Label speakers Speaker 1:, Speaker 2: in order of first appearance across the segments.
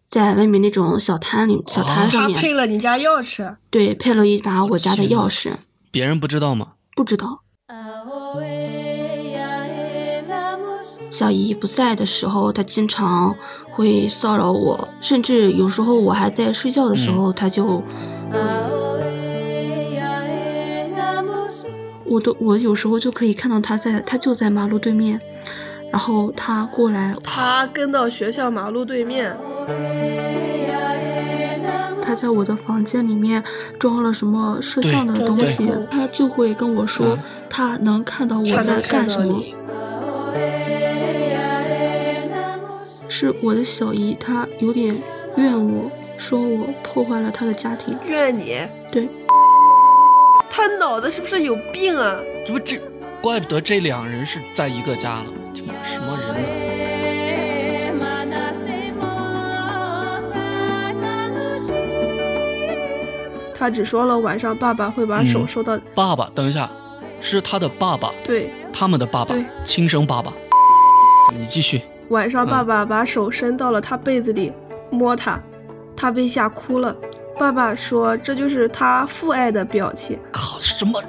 Speaker 1: 在外面那种小摊上面，
Speaker 2: 他配了你家钥匙。
Speaker 1: 对，配了一把我家的钥匙。
Speaker 3: 别人不知道吗？
Speaker 1: 不知道。小姨不在的时候，她经常会骚扰我，甚至有时候我还在睡觉的时候，她就我有时候就可以看到她就在马路对面，然后她过来，
Speaker 2: 她跟到学校马路对面，
Speaker 1: 她在我的房间里面装了什么摄像的东西，她就会跟我说，她能看到我在干什么。是我的小姨，她有点怨我，说我破坏了她的家庭。
Speaker 2: 怨你？
Speaker 1: 对。
Speaker 2: 她脑子是不是有病啊？
Speaker 3: 怪不得这两人是在一个家了，什么人呢？
Speaker 2: 他只说了晚上爸爸会把手收到。
Speaker 3: 爸爸，等一下，是他的爸爸？
Speaker 2: 对，
Speaker 3: 他们的爸爸，亲生爸爸。你继续。
Speaker 2: 晚上爸爸把手伸到了他被子里摸他，他被吓哭了。爸爸说这就是他父爱的表情。
Speaker 3: 靠，什么？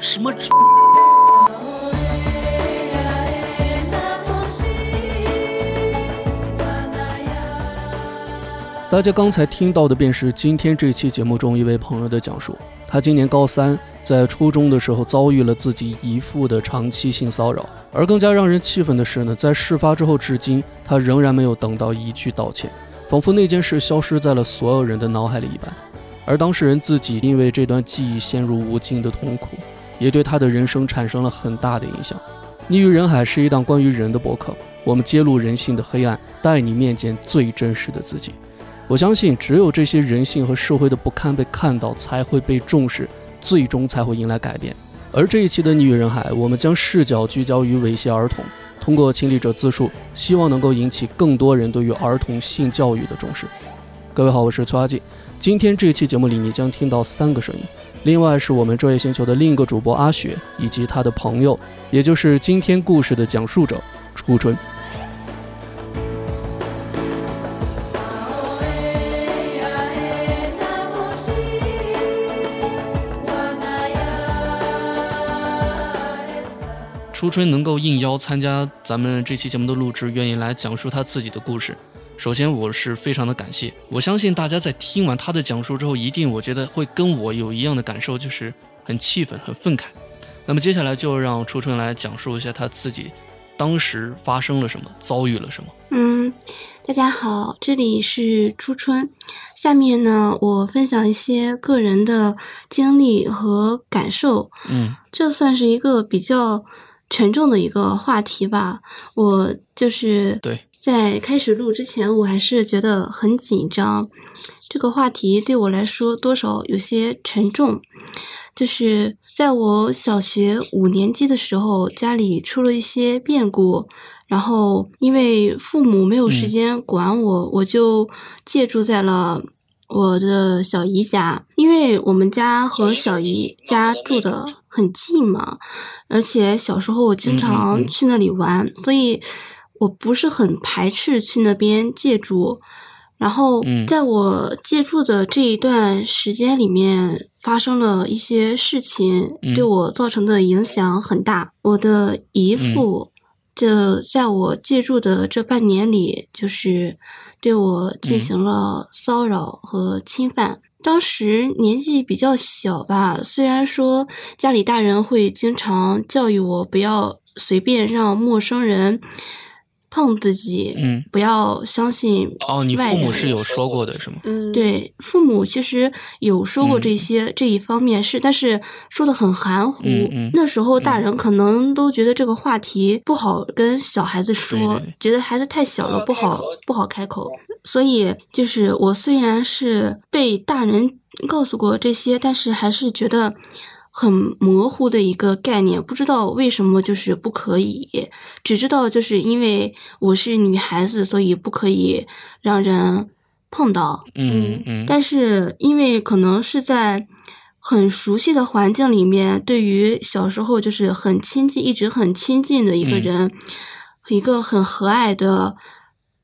Speaker 3: 大家刚才听到的便是今天这期节目中一位朋友的讲述。他今年高3，在初中的时候遭遇了自己姨父的长期性骚扰，而更加让人气愤的是呢，在事发之后至今，他仍然没有等到一句道歉，仿佛那件事消失在了所有人的脑海里一般。而当事人自己因为这段记忆陷入无尽的痛苦，也对他的人生产生了很大的影响。逆于人海是一档关于人的播客，我们揭露人性的黑暗，带你面见最真实的自己。我相信只有这些人性和社会的不堪被看到，才会被重视，最终才会迎来改变。而这一期的逆于人海，我们将视角聚焦于猥亵儿童，通过亲历者自述，希望能够引起更多人对于儿童性教育的重视。各位好，我是崔阿季。今天这期节目里你将听到3个声音，另外是我们专业星球的另一个主播阿雪，以及他的朋友，也就是今天故事的讲述者初春。初春能够应邀参加咱们这期节目的录制，愿意来讲述他自己的故事，首先我是非常的感谢。我相信大家在听完他的讲述之后，一定我觉得会跟我有一样的感受，就是很气愤很愤慨。那么接下来就让初春来讲述一下他自己当时发生了什么，遭遇了什么。
Speaker 1: 大家好，这里是初春。下面呢，我分享一些个人的经历和感受。这算是一个比较沉重的一个话题吧。我就是在开始录之前，我还是觉得很紧张。这个话题对我来说多少有些沉重。就是在我小学5年级的时候，家里出了一些变故，然后因为父母没有时间管我，我就借住在了我的小姨家。因为我们家和小姨家住得很近嘛，而且小时候我经常去那里玩，所以我不是很排斥去那边借住。然后在我借住的这一段时间里面，发生了一些事情，对我造成的影响很大。我的姨父就在我借住的这半年里，就是对我进行了骚扰和侵犯。当时年纪比较小吧，虽然说家里大人会经常教育我不要随便让陌生人碰自己，不要相信外人。
Speaker 3: 你父母是有说过的是吗？
Speaker 1: 对，父母其实有说过这一方面是，但是说的很含糊。那时候大人可能都觉得这个话题不好跟小孩子说，觉得孩子太小了，不好开口。所以就是我虽然是被大人告诉过这些，但是还是觉得很模糊的一个概念，不知道为什么就是不可以，只知道就是因为我是女孩子，所以不可以让人碰到。但是因为可能是在很熟悉的环境里面，对于小时候就是很亲近，一直很亲近的一个人，一个很和蔼的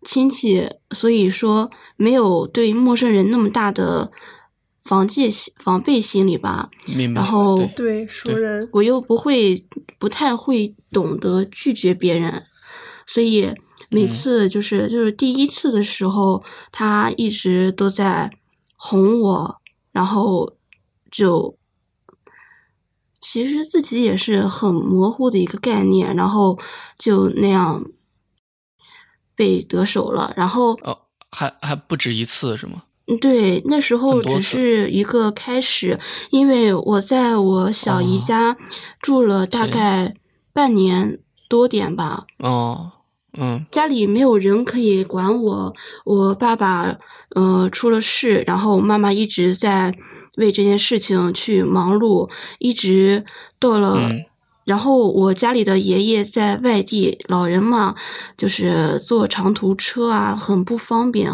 Speaker 1: 亲戚，所以说没有对陌生人那么大的防备心理吧。
Speaker 3: 明白。
Speaker 1: 然后
Speaker 2: 对熟人，
Speaker 1: 我又不太会懂得拒绝别人，所以每次就是第一次的时候，他一直都在哄我，然后就其实自己也是很模糊的一个概念，然后就那样被得手了。然后
Speaker 3: 还不止一次是吗？
Speaker 1: 对，那时候只是一个开始，因为我在我小姨家住了大概半年多点吧。家里没有人可以管我，我爸爸出了事，然后妈妈一直在为这件事情去忙碌，一直到了。然后我家里的爷爷在外地，老人嘛，就是坐长途车啊，很不方便，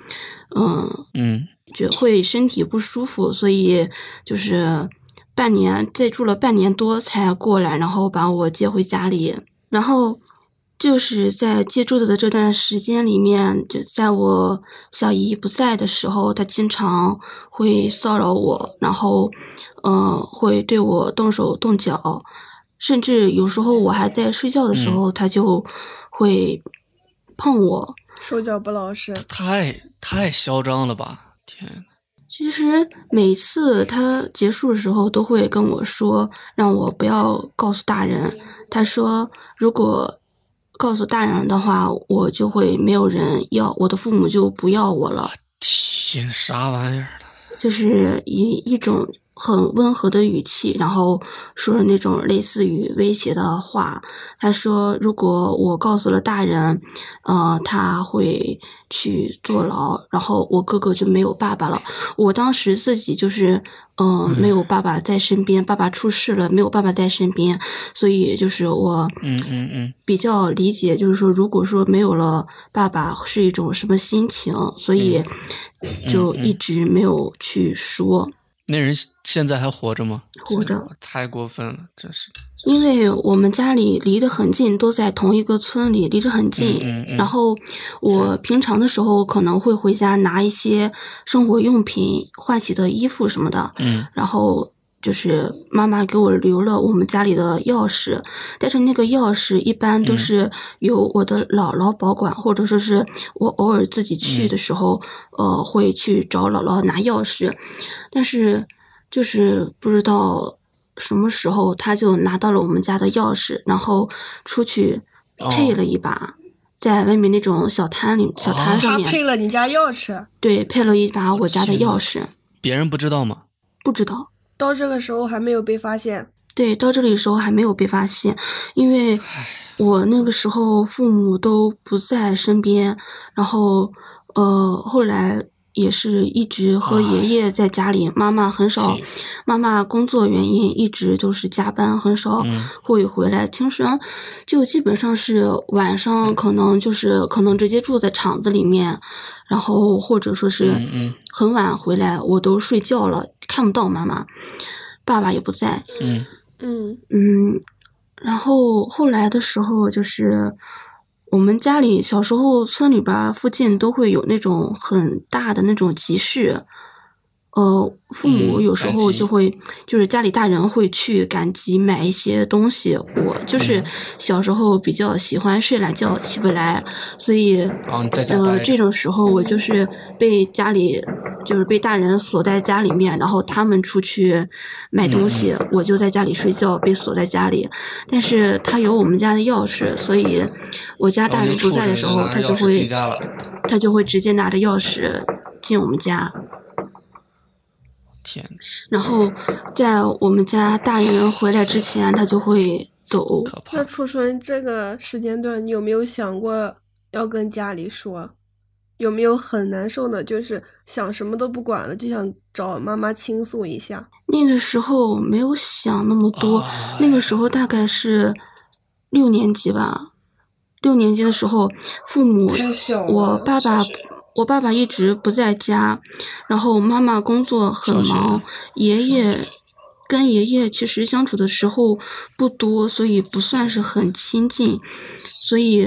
Speaker 1: 就会身体不舒服，所以就是再住了半年多才过来，然后把我接回家里。然后就是在接住的这段时间里面，就在我小姨不在的时候，她经常会骚扰我，然后会对我动手动脚。甚至有时候我还在睡觉的时候，他就会碰我，
Speaker 2: 手脚不老实，
Speaker 3: 太嚣张了吧！天，
Speaker 1: 其实每次他结束的时候都会跟我说，让我不要告诉大人。他说，如果告诉大人的话，我就会没有人要，我的父母就不要我了。
Speaker 3: 天，啥玩意儿的？
Speaker 1: 就是以一种很温和的语气，然后说了那种类似于威胁的话。他说如果我告诉了大人，他会去坐牢，然后我哥哥就没有爸爸了。我当时自己就是没有爸爸在身边，爸爸出事了，没有爸爸在身边，所以就是我比较理解，就是说如果说没有了爸爸是一种什么心情，所以就一直没有去说。
Speaker 3: 那人现在还活着吗？
Speaker 1: 活着。
Speaker 3: 太过分了，真是。
Speaker 1: 因为我们家里离得很近，都在同一个村里，离得很近。然后我平常的时候可能会回家拿一些生活用品、换洗的衣服什么的。然后就是妈妈给我留了我们家里的钥匙，但是那个钥匙一般都是由我的姥姥保管，或者说是我偶尔自己去的时候，会去找姥姥拿钥匙。但是就是不知道什么时候他就拿到了我们家的钥匙，然后出去配了一把，在外面那种小摊上面。
Speaker 2: 他配了你家钥匙？
Speaker 1: 对，配了一把我家的钥匙。
Speaker 3: 别人不知道吗？
Speaker 1: 不知道。
Speaker 2: 到这个时候还没有被发现？
Speaker 1: 对，到这里的时候还没有被发现，因为我那个时候父母都不在身边，然后后来也是一直和爷爷在家里，妈妈很少，妈妈工作原因一直都是加班，很少会回来。平时就基本上是晚上可能直接住在厂子里面，然后或者说是很晚回来，我都睡觉了，看不到妈妈，爸爸也不在。然后后来的时候就是我们家里小时候村里边附近都会有那种很大的那种集市，父母有时候就会就是家里大人会去赶集买一些东西。我就是小时候比较喜欢睡懒觉起不来，所以这种时候我就是被大人锁在家里面，然后他们出去买东西，我就在家里睡觉，被锁在家里。但是他有我们家的钥匙，所以我家大人不在的时候，他就会直接拿着钥匙进我们家。
Speaker 3: 天，
Speaker 1: 然后在我们家大人回来之前，他就会走。
Speaker 2: 那初春这个时间段，你有没有想过要跟家里说？有没有很难受的，就是想什么都不管了，就想找妈妈倾诉一下？
Speaker 1: 那个时候没有想那么多，那个时候大概是6年级吧。6年级的时候，父母，我爸爸一直不在家，然后妈妈工作很忙，跟爷爷其实相处的时候不多，所以不算是很亲近，所以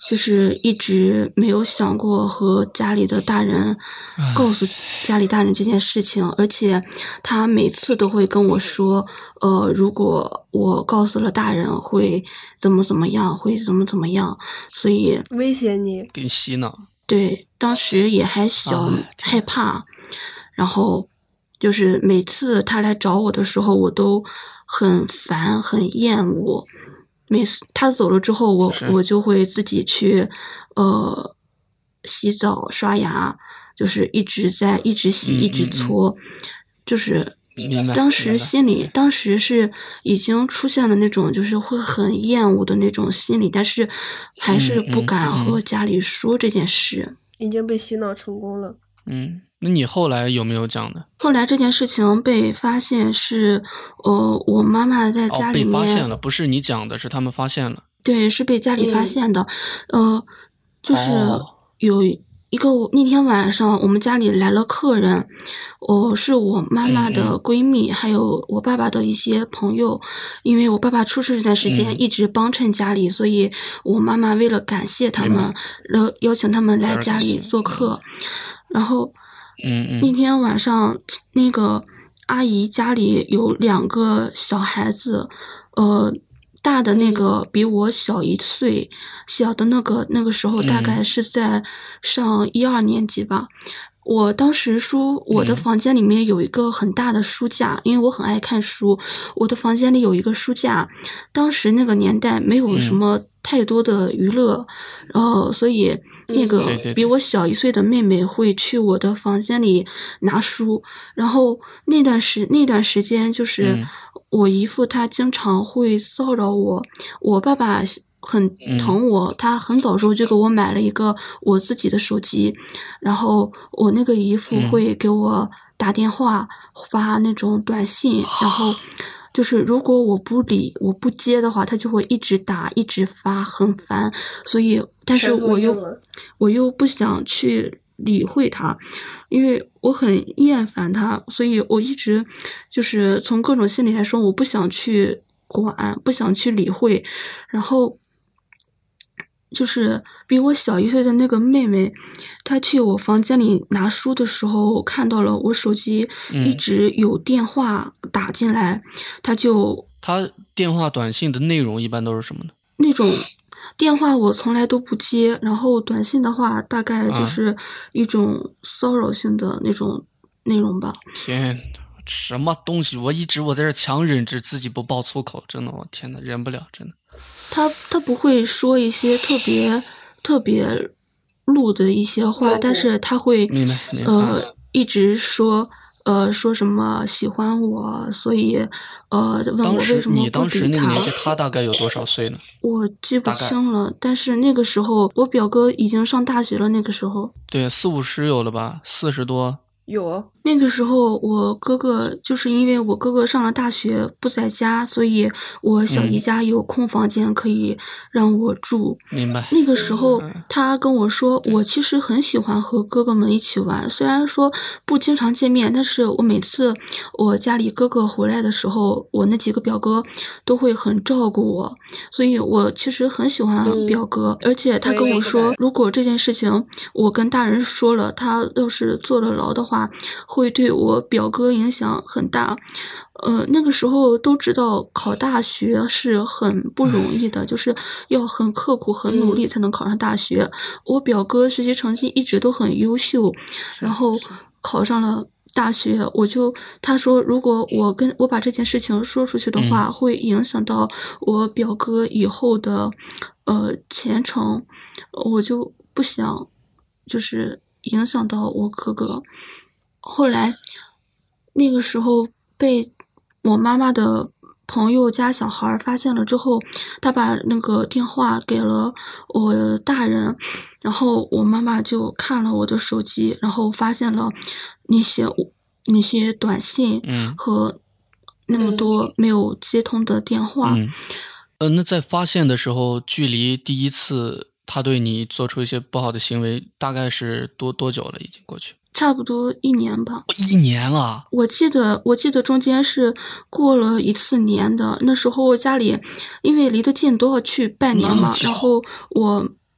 Speaker 1: 就是一直没有想过和家里的大人告诉家里大人这件事情，而且他每次都会跟我说，如果我告诉了大人会怎么样，会怎么样，所以
Speaker 2: 威胁你，
Speaker 3: 给你洗脑。
Speaker 1: 对，当时也还小，害怕，然后就是每次他来找我的时候，我都很烦，很厌恶。每次他走了之后，我就会自己去洗澡刷牙，就是一直洗一直搓，就是当时当时是已经出现了那种就是会很厌恶的那种心理，但是还是不敢和家里说这件事。
Speaker 2: 已经被洗脑成功了。
Speaker 3: 那你后来有没有讲的？
Speaker 1: 后来这件事情被发现是我妈妈在家里面，
Speaker 3: 被发现了，不是你讲的，是他们发现了。
Speaker 1: 对，是被家里发现的。就是有一个那天晚上我们家里来了客人，是我妈妈的闺蜜，还有我爸爸的一些朋友。因为我爸爸出事这段时间一直帮衬家里，所以我妈妈为了感谢他们，邀请他们来家里做客。然后那天晚上那个阿姨家里有2个小孩子，大的那个比我小1岁，小的那个时候大概是在上1、2年级吧。我当时我的房间里面有一个很大的书架，因为我很爱看书，我的房间里有一个书架。当时那个年代没有什么太多的娱乐，所以那个比我小1岁的妹妹会去我的房间里拿书，然后那段时间就是我姨父他经常会骚扰我，我爸爸很疼我，他很早时候就给我买了一个我自己的手机，然后我那个姨父会给我打电话，发那种短信，然后就是如果我不接的话，他就会一直打一直发，很烦。所以但是我又不想去理会他，因为我很厌烦他，所以我一直就是从各种心理来说，我不想去管，不想去理会。然后就是比我小1岁的那个妹妹，她去我房间里拿书的时候，看到了我手机一直有电话打进来，她
Speaker 3: 电话短信的内容一般都是什么呢？
Speaker 1: 那种电话我从来都不接，然后短信的话大概就是一种骚扰性的那种内容吧。
Speaker 3: 天，什么东西？我在这强忍着自己不爆粗口，真的，我天哪，忍不了，真的。
Speaker 1: 他不会说一些特别露的一些话，但是他会一直说什么喜欢我，所以问我为什么不理他。
Speaker 3: 你当时那个年纪，他大概有多少岁呢？
Speaker 1: 我记不清了，但是那个时候我表哥已经上大学了，那个时候
Speaker 3: 对，40、50有了吧，40多。
Speaker 2: 有
Speaker 1: 那个时候我哥哥就是因为我哥哥上了大学不在家，所以我小姨家有空房间可以让我住。
Speaker 3: 明白。
Speaker 1: 那个时候他跟我说，我其实很喜欢和哥哥们一起玩，虽然说不经常见面，但是我每次我家里哥哥回来的时候，我那几个表哥都会很照顾我，所以我其实很喜欢表哥。而且他跟我说，如果这件事情我跟大人说了，他要是坐了牢的话，会对我表哥影响很大。那个时候都知道考大学是很不容易的，就是要很刻苦很努力才能考上大学。我表哥学习成绩一直都很优秀，然后考上了大学，他说如果我把这件事情说出去的话，会影响到我表哥以后的前程，我就不想就是影响到我哥哥。后来那个时候被我妈妈的朋友家小孩发现了之后，他把那个电话给了我大人，然后我妈妈就看了我的手机，然后发现了那些短信和那么多没有接通的电话。
Speaker 3: 那在发现的时候，距离第一次他对你做出一些不好的行为大概是多久了？已经过去
Speaker 1: 差不多1年吧。
Speaker 3: 1年了。
Speaker 1: 我记得中间是过了1次年的。那时候我家里因为离得近都要去拜年嘛，然后我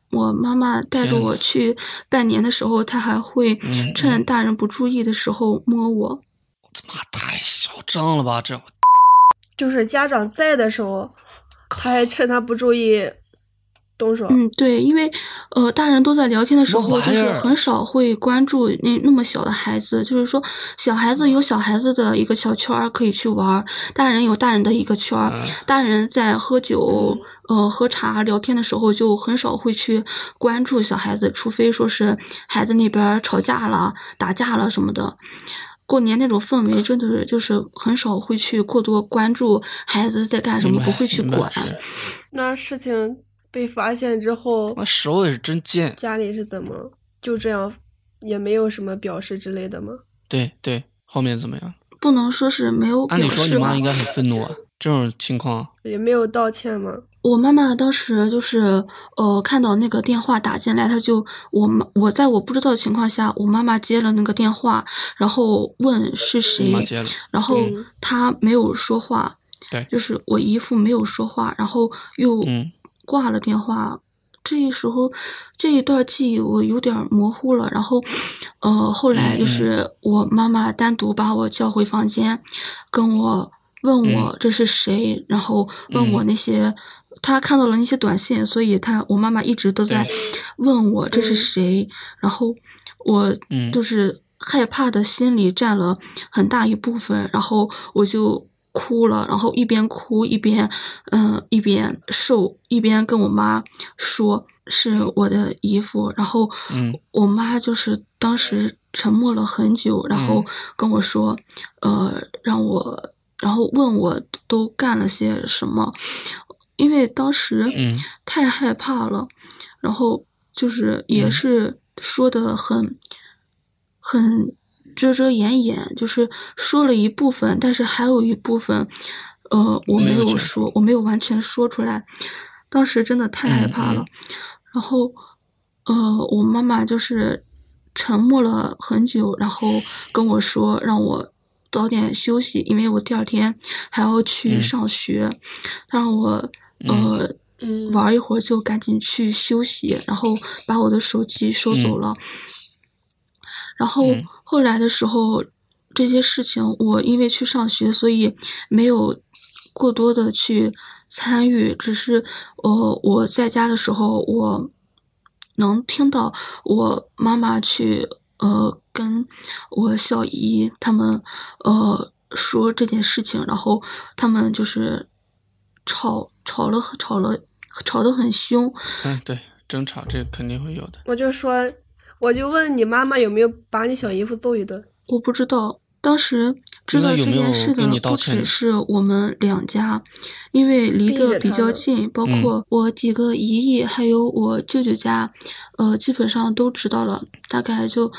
Speaker 1: 我妈妈带着我去拜年的时候，她还会趁大人不注意的时候摸我。
Speaker 3: 我的妈，太嚣张了吧！这
Speaker 2: 就是家长在的时候，他还趁他不注意动手。
Speaker 1: 对，因为大人都在聊天的时候，就是很少会关注那么小的孩子。就是说，小孩子有小孩子的一个小圈可以去玩，大人有大人的一个圈。大人在喝酒、喝茶、聊天的时候，就很少会去关注小孩子，除非说是孩子那边吵架了、打架了什么的。过年那种氛围，真的就是很少会去过多关注孩子在干什么，不会去管。
Speaker 2: 那事情被发现之后，
Speaker 3: 我手也是真贱。
Speaker 2: 家里是怎么就这样，也没有什么表示之类的吗？
Speaker 3: 对，后面怎么样？
Speaker 1: 不能说是没有表示吧。
Speaker 3: 按理说你妈应该很愤怒啊，这种情况
Speaker 2: 也没有道歉吗？
Speaker 1: 我妈妈当时就是看到那个电话打进来，她就我在我不知道的情况下，我妈妈接了那个电话，然后问是谁，然后她没有说话，
Speaker 3: 对，
Speaker 1: 就是我姨父没有说话，然后又挂了电话。这时候这一段记忆我有点模糊了，然后后来就是我妈妈单独把我叫回房间，跟我问我这是谁，然后问我那些他看到了那些短信，所以我妈妈一直都在问我这是谁，然后我就是害怕的心理占了很大一部分，然后我就哭了，然后一边哭一边受，一边跟我妈说是我的姨父，然后我妈就是当时沉默了很久，然后跟我说然后问我都干了些什么，因为当时太害怕了，然后就是也是说的很遮遮掩掩，就是说了一部分，但是还有一部分我没有说，我没有完全说出来，当时真的太害怕了。然后我妈妈就是沉默了很久，然后跟我说让我早点休息，因为我第二天还要去上学，让我玩一会儿就赶紧去休息，然后把我的手机收走了。然后后来的时候，这些事情我因为去上学，所以没有过多的去参与，只是我在家的时候，我能听到我妈妈去跟我小姨他们说这件事情，然后他们就是吵得很凶。
Speaker 3: 对，争吵这个肯定会有的。
Speaker 2: 我就问你妈妈有没有把你小姨夫揍一顿？
Speaker 1: 我不知道，当时知道这件事的不只是我们两家，因为离得比较近，包括我几个姨姨还有我舅舅家，基本上都知道了，大概就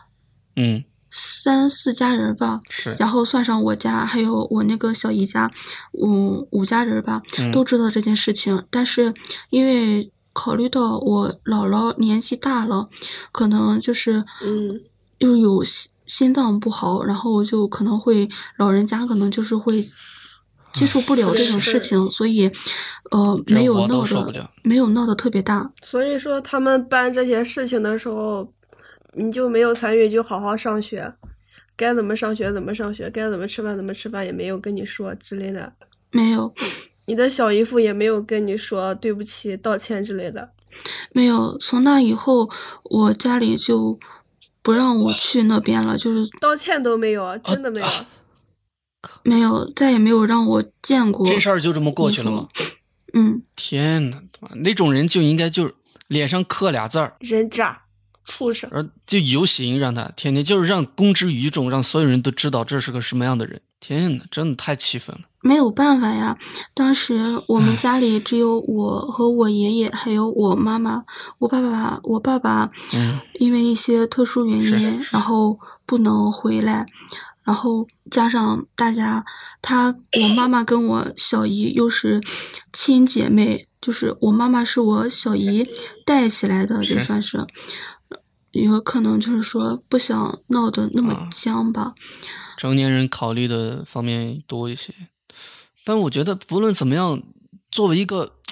Speaker 1: 3-4家人吧，然后算上我家还有我那个小姨家，5家人吧，都知道这件事情，但是因为考虑到我姥姥年纪大了，可能就是又有心脏不好，然后就可能会老人家可能就是会接受不了这种事情，所以没有闹得特别大。
Speaker 2: 所以说他们办这些事情的时候，你就没有参与，就好好上学，该怎么上学怎么上学，该怎么吃饭怎么吃饭，也没有跟你说之类的。
Speaker 1: 没有。
Speaker 2: 你的小姨夫也没有跟你说对不起、道歉之类的？
Speaker 1: 没有，从那以后，我家里就不让我去那边了，就是
Speaker 2: 道歉都没有，真的没有。
Speaker 1: 没有，再也没有让我见过。
Speaker 3: 这事儿就这么过去了吗？天哪，那种人就应该就脸上刻俩字儿：
Speaker 2: 人渣、畜生。
Speaker 3: 就游行，让他天天就是让公之于众，让所有人都知道这是个什么样的人。天哪，真的太气愤了。
Speaker 1: 没有办法呀，当时我们家里只有我和我爷爷还有我妈妈，我爸爸因为一些特殊原因然后不能回来，然后加上大家我妈妈跟我小姨又是亲姐妹，就是我妈妈是我小姨带起来的，就算是有可能就是说不想闹得那么僵吧。
Speaker 3: 成年人考虑的方面多一些，但我觉得不论怎么样，作为一个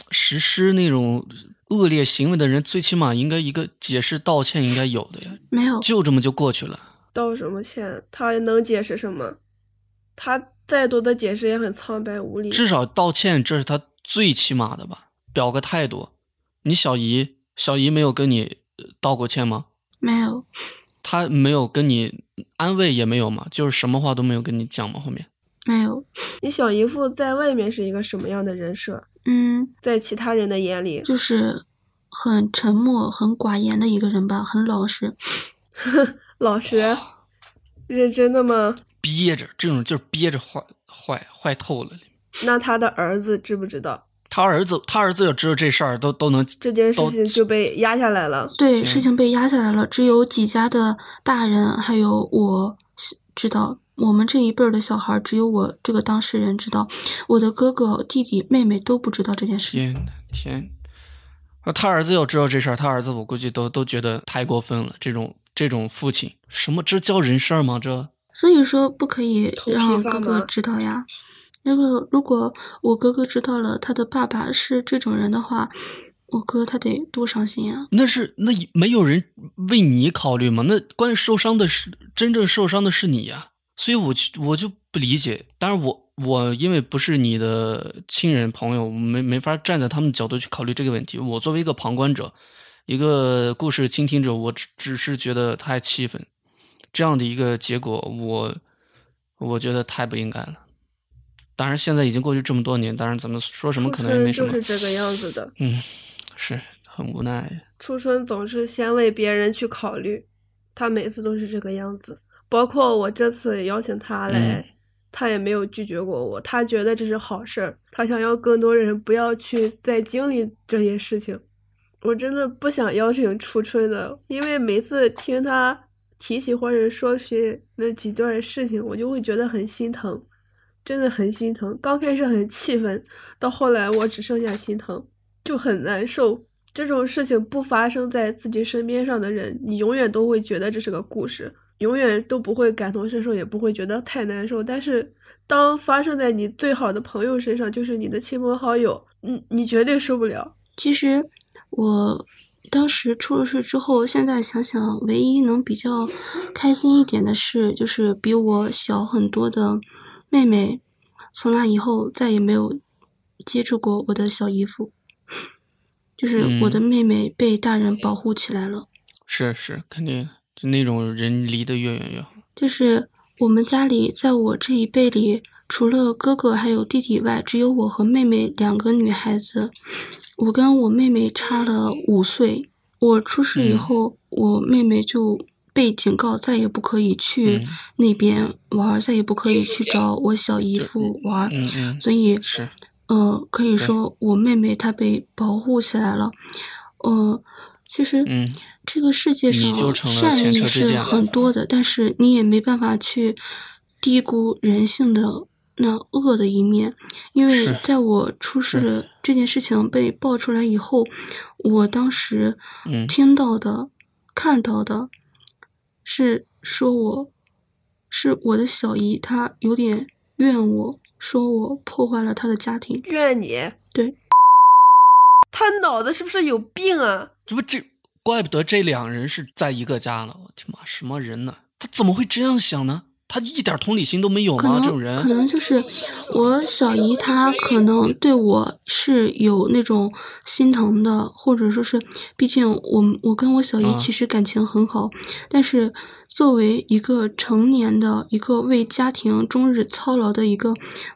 Speaker 3: 实施那种恶劣行为的人，最起码应该一个解释道歉应该有的呀。
Speaker 1: 没有，
Speaker 3: 就这么就过去了。
Speaker 2: 道什么歉？他能解释什么？他再多的解释也很苍白无力。
Speaker 3: 至少道歉，这是他最起码的吧，表个态度。你小姨没有跟你道过歉吗？
Speaker 1: 没有。
Speaker 3: 他没有跟你安慰也没有吗？就是什么话都没有跟你讲吗？后面
Speaker 1: 没有。
Speaker 2: 你小姨夫在外面是一个什么样的人设？在其他人的眼里
Speaker 1: 就是很沉默很寡言的一个人吧，很老实。
Speaker 2: 老实认真的吗？
Speaker 3: 憋着，这种就是憋着坏透了。
Speaker 2: 那他的儿子知不知道？
Speaker 3: 他儿子要知道这事儿都能，
Speaker 2: 这件事情就被压下来了。
Speaker 1: 对，事情被压下来了，只有几家的大人还有我知道，我们这一辈儿的小孩只有我这个当事人知道，我的哥哥弟弟妹妹都不知道这件事。
Speaker 3: 天，他儿子要知道这事儿，他儿子我估计都觉得太过分了。这种父亲什么，这叫人事儿吗？这
Speaker 1: 所以说不可以让哥哥知道呀。如果我哥哥知道了他的爸爸是这种人的话，我哥他得多伤心啊！
Speaker 3: 那没有人为你考虑吗？那关键真正受伤的是你呀，所以我就不理解。当然我因为不是你的亲人朋友，没法站在他们的角度去考虑这个问题。我作为一个旁观者，一个故事倾听者，我只是觉得太气愤，这样的一个结果，我觉得太不应该了。当然现在已经过去这么多年，当然咱们说什么可能也没什么。
Speaker 2: 就是这个样子的。
Speaker 3: 是很无奈。
Speaker 2: 初春总是先为别人去考虑，他每次都是这个样子。包括我这次也邀请他来，他也没有拒绝过我，他觉得这是好事儿，他想要更多人不要去再经历这些事情。我真的不想邀请初春的，因为每次听他提起或者说起那几段事情，我就会觉得很心疼，真的很心疼。刚开始很气愤，到后来我只剩下心疼，就很难受。这种事情不发生在自己身边上的人，你永远都会觉得这是个故事，永远都不会感同身受，也不会觉得太难受。但是当发生在你最好的朋友身上，就是你的亲朋好友，你绝对受不了。
Speaker 1: 其实我当时出了事之后，现在想想，唯一能比较开心一点的事，就是比我小很多的妹妹，从那以后再也没有接触过我的小姨夫，就是我的妹妹被大人保护起来了。
Speaker 3: 是肯定，就那种人离得越远越好。
Speaker 1: 就是我们家里，在我这一辈里，除了哥哥还有弟弟外，只有我和妹妹2个女孩子。我跟我妹妹差了5岁。我出事以后，我妹妹就被警告再也不可以去那边玩，再也不可以去找我小姨夫玩。所以可以说我妹妹她被保护起来了。其实这个世界上善意是很多的，但是你也没办法去低估人性的那恶的一面。因为在我出事的这件事情被爆出来以后，我当时听到的看到的是说我的小姨她有点怨我，说我破坏了她的家庭。
Speaker 2: 怨你？
Speaker 1: 对。
Speaker 2: 他脑子是不是有病啊？
Speaker 3: 怪不得这2人是在一个家了。我的妈，什么人呢？他怎么会这样想呢？他一点同理心都没有吗？这种人
Speaker 1: 可能就是我小姨，她可能对我是有那种心疼的，或者说是，毕竟我跟我小姨其实感情很好，但是作为一个成年的一个为家庭终日操劳的一个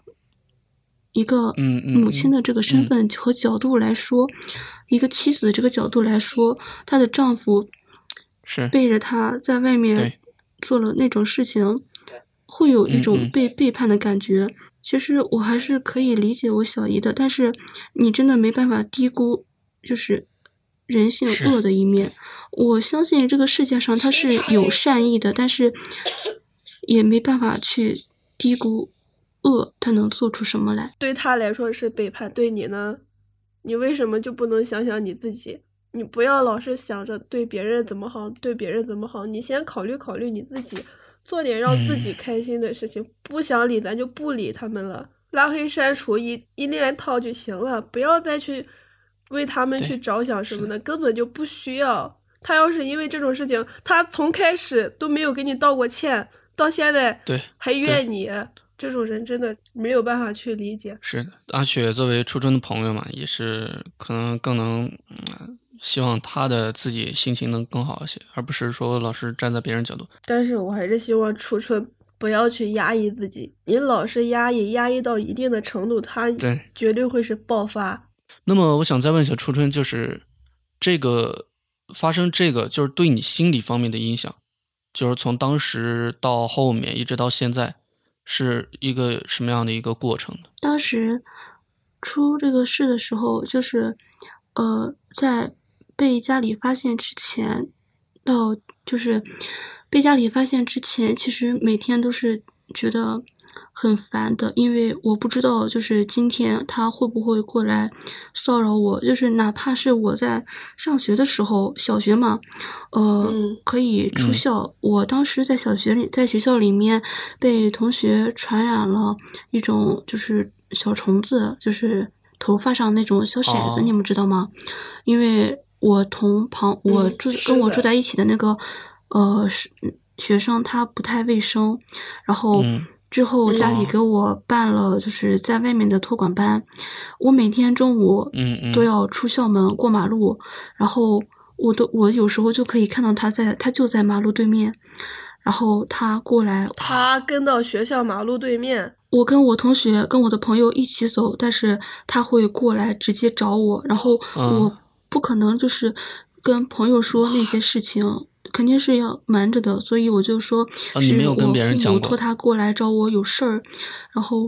Speaker 1: 母亲的这个身份和角度来说，一个妻子的这个角度来说，她的丈夫是背着她在外面做了那种事情，会有一种被背叛的感觉。其实我还是可以理解我小姨的，但是你真的没办法低估就是人性恶的一面。我相信这个世界上它是有善意的，但是也没办法去低估恶他能做出什么来。
Speaker 2: 对他来说是背叛，对你呢？你为什么就不能想想你自己？你不要老是想着对别人怎么好，对别人怎么好，你先考虑考虑你自己，做点让自己开心的事情。不想理咱就不理他们了，拉黑删除一链套就行了，不要再去为他们去着想什么的，根本就不需要。他要是因为这种事情，他从开始都没有给你道过歉，到现在还怨你，这种人真的没有办法去理解。
Speaker 3: 是的，阿雪作为初中的朋友嘛，也是可能更能希望他的自己心情能更好一些，而不是说老是站在别人角度。
Speaker 2: 但是我还是希望初春不要去压抑自己，你老是压抑到一定的程度，他绝对会是爆发。
Speaker 3: 那么我想再问一下初春，就是这个发生就是对你心理方面的影响，就是从当时到后面一直到现在是一个什么样的一个过程呢？
Speaker 1: 当时出这个事的时候，就是在被家里发现之前，就是被家里发现之前，其实每天都是觉得很烦的，因为我不知道就是今天他会不会过来骚扰我，就是哪怕是我在上学的时候，小学嘛，可以出校，我当时在在学校里面被同学传染了一种就是小虫子，就是头发上那种小骰子，你们知道吗？因为我跟我住在一起的那个学生他不太卫生，然后之后家里给我办了就是在外面的托管班，我每天中午都要出校门过马路，然后我有时候就可以看到他就在马路对面，然后他过来，
Speaker 2: 他跟到学校马路对面，
Speaker 1: 我跟我同学跟我的朋友一起走，但是他会过来直接找我，然后我不可能就是跟朋友说那些事情，肯定是要瞒着的，所以我就说是我父母托他过来找我有事儿，然后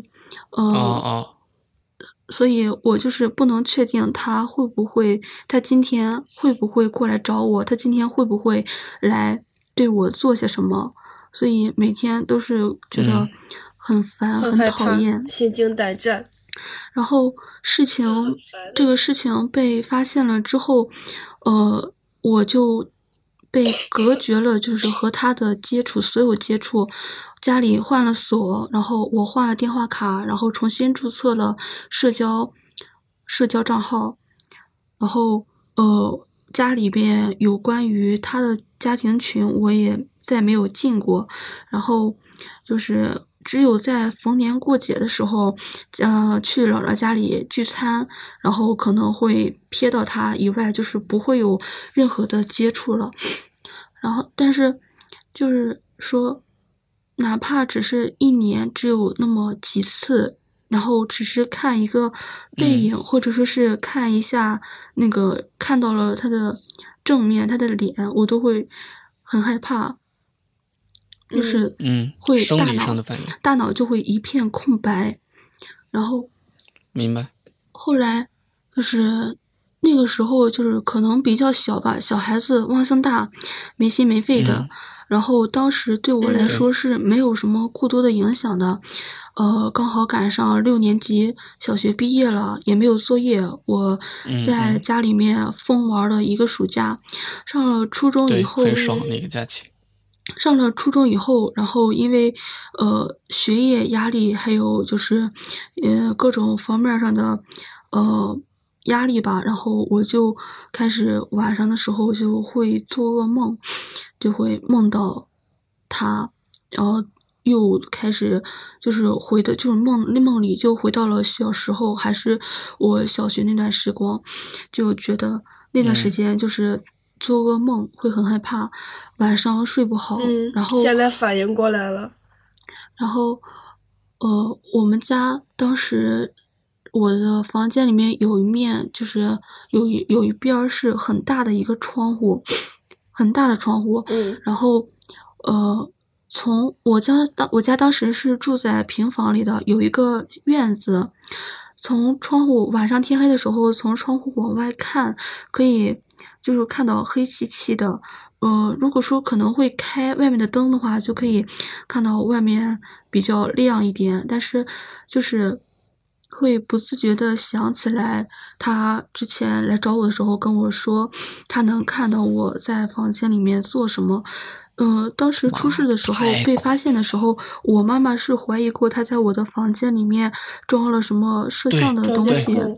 Speaker 1: 所以我就是不能确定他今天会不会过来找我，他今天会不会来对我做些什么，所以每天都是觉得很烦很讨厌，
Speaker 2: 心惊胆战。
Speaker 1: 然后这个事情被发现了之后，我就被隔绝了，就是和他的所有接触。家里换了锁，然后我换了电话卡，然后重新注册了社交账号，然后家里边有关于他的家庭群我也再没有进过，然后就是只有在逢年过节的时候去姥姥家里聚餐，然后可能会瞥到他以外，就是不会有任何的接触了。然后但是就是说哪怕只是一年只有那么几次，然后只是看一个背影，或者说是看一下看到了他的正面他的脸，我都会很害怕，就是会大脑就会一片空白。然后
Speaker 3: 明白。
Speaker 1: 后来就是那个时候就是可能比较小吧，小孩子忘性大，没心没肺的，然后当时对我来说是没有什么过多的影响的。刚好赶上6年级小学毕业了，也没有作业，我在家里面疯玩了一个暑假。上了初中以后，
Speaker 3: 很爽那个假期。
Speaker 1: 上了初中以后，然后因为学业压力，还有就是各种方面上的压力吧，然后我就开始晚上的时候就会做噩梦，就会梦到他，然后又开始就是梦里就回到了小时候，还是我小学那段时光，就觉得那段时间就是做噩梦会很害怕，晚上睡不好，然后
Speaker 2: 现在反应过来了。
Speaker 1: 然后我们家当时我的房间里面有一面就是有一边是很大的一个窗户，很大的窗户，然后从我家当时是住在平房里的，有一个院子，从窗户晚上天黑的时候从窗户往外看，可以就是看到黑漆漆的，如果说可能会开外面的灯的话，就可以看到外面比较亮一点，但是就是会不自觉的想起来他之前来找我的时候跟我说他能看到我在房间里面做什么。当时出事的时候被发现的时候，我妈妈是怀疑过他在我的房间里面装了什么摄像的东西。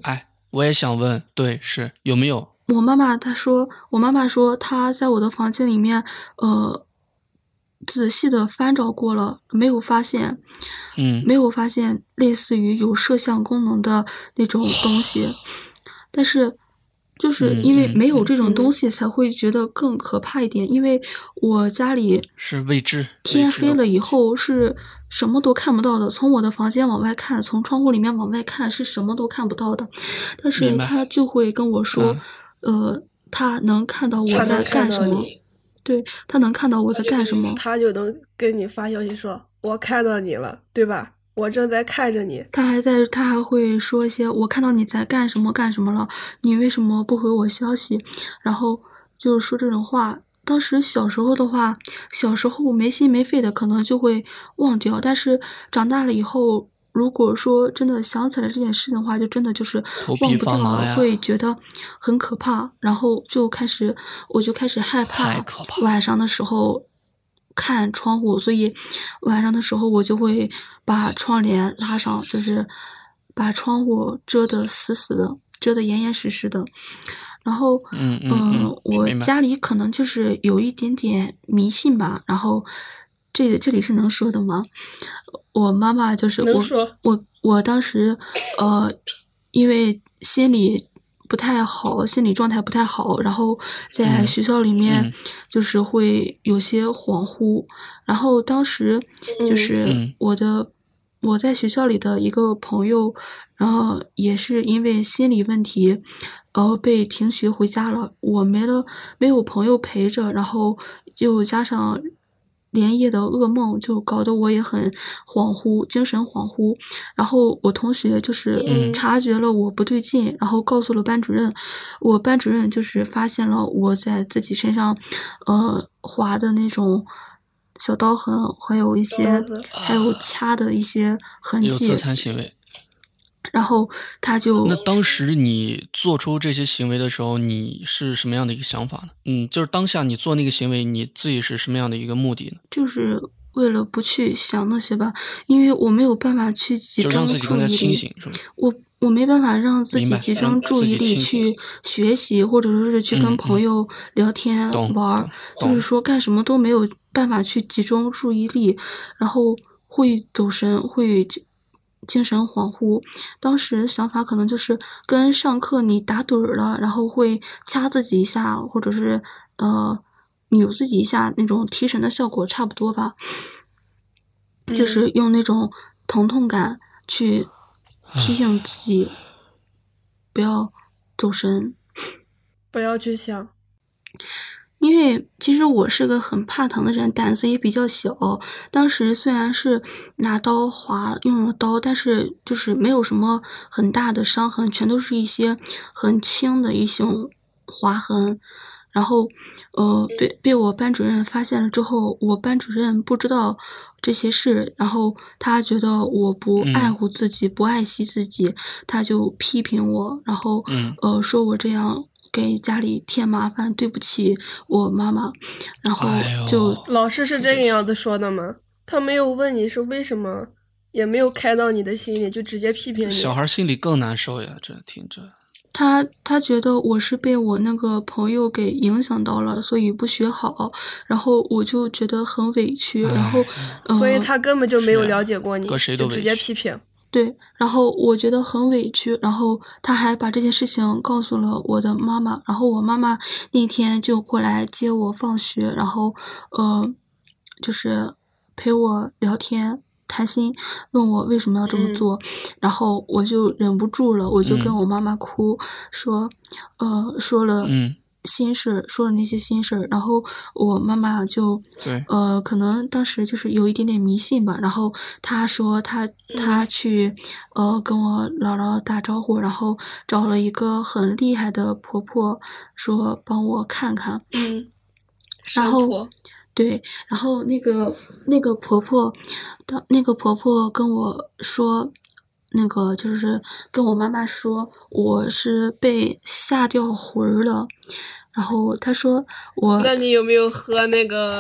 Speaker 3: 我也想问，对，是有没有？
Speaker 1: 我妈妈说她在我的房间里面，仔细的翻找过了，没有发现类似于有摄像功能的那种东西，但是就是因为没有这种东西才会觉得更可怕一点，因为我家里
Speaker 3: 是未知，
Speaker 1: 天黑了以后是什么都看不到的，从我的房间往外看，从窗户里面往外看是什么都看不到的，但是他就会跟我说，他能看到我在干什么，对，他能看到我在干什么，
Speaker 2: 他就能跟你发消息说，我看到你了，对吧？我正在看着你。
Speaker 1: 他还会说一些我看到你在干什么了，你为什么不回我消息？然后就是说这种话。当时小时候没心没肺的可能就会忘掉，但是长大了以后，如果说真的想起来这件事的话，就真的就是忘不掉了，会觉得很可怕，然后我就开始害怕晚上的时候看窗户，所以晚上的时候我就会把窗帘拉上，就是把窗户遮得死死的，遮得严严实实的。然后，我家里可能就是有一点点迷信吧。然后，这里是能说的吗？我妈妈就是我当时，因为心理不太好，心理状态不太好，然后在学校里面就是会有些恍惚。然后当时就是我在学校里的一个朋友，然后也是因为心理问题，被停学回家了。我没有朋友陪着，然后就加上连夜的噩梦，就搞得我也很恍惚，精神恍惚。然后我同学就是察觉了我不对劲，然后告诉了班主任。我班主任就是发现了我在自己身上，划的那种小刀痕，还有一些还有掐的一些痕迹，
Speaker 3: 有自残行为。
Speaker 1: 然后他就
Speaker 3: 那当时你做出这些行为的时候，你是什么样的一个想法呢？就是当下你做那个行为，你自己是什么样的一个目的呢？
Speaker 1: 就是为了不去想那些吧，因为我没有办法去集中注意力，
Speaker 3: 就让自己更加清醒，是吗？
Speaker 1: 我没办法让自己集中注意力去学习，或者说是去跟朋友聊天玩，就是说干什么都没有办法去集中注意力，然后会走神，会精神恍惚。当时想法可能就是跟上课你打盹了，然后会掐自己一下，或者是扭自己一下，那种提神的效果差不多吧。就是用那种疼痛感去提醒自己不要走神，
Speaker 2: 不要去想。
Speaker 1: 因为其实我是个很怕疼的人，胆子也比较小。当时虽然是拿刀用了刀，但是就是没有什么很大的伤痕，全都是一些很轻的一种划痕。然后被我班主任发现了之后，我班主任不知道这些事，然后他觉得我不爱护自己，不爱惜自己，他就批评我，然后说我这样给家里添麻烦，对不起我妈妈，然后就
Speaker 2: 老师是这个样子说的吗？他没有问你是为什么，也没有开到你的心里，就直接批评你。
Speaker 3: 小孩心里更难受呀，这听着。
Speaker 1: 他觉得我是被我那个朋友给影响到了，所以不学好，然后我就觉得很委屈，然后
Speaker 2: 所以他根本就没有了解过你，
Speaker 3: 就
Speaker 2: 直接批评。
Speaker 1: 对，然后我觉得很委屈，然后他还把这件事情告诉了我的妈妈，然后我妈妈那天就过来接我放学，然后就是陪我聊天谈心，问我为什么要这么做，然后我就忍不住了，我就跟我妈妈哭，说了心事，说了那些心事，然后我妈妈就可能当时就是有一点点迷信吧，然后她说她去跟我姥姥打招呼，然后找了一个很厉害的婆婆，说帮我看看，然后对，然后那个婆婆跟我说，那个就是跟我妈妈说我是被吓掉魂了，然后她说我。
Speaker 2: 那你有没有喝那个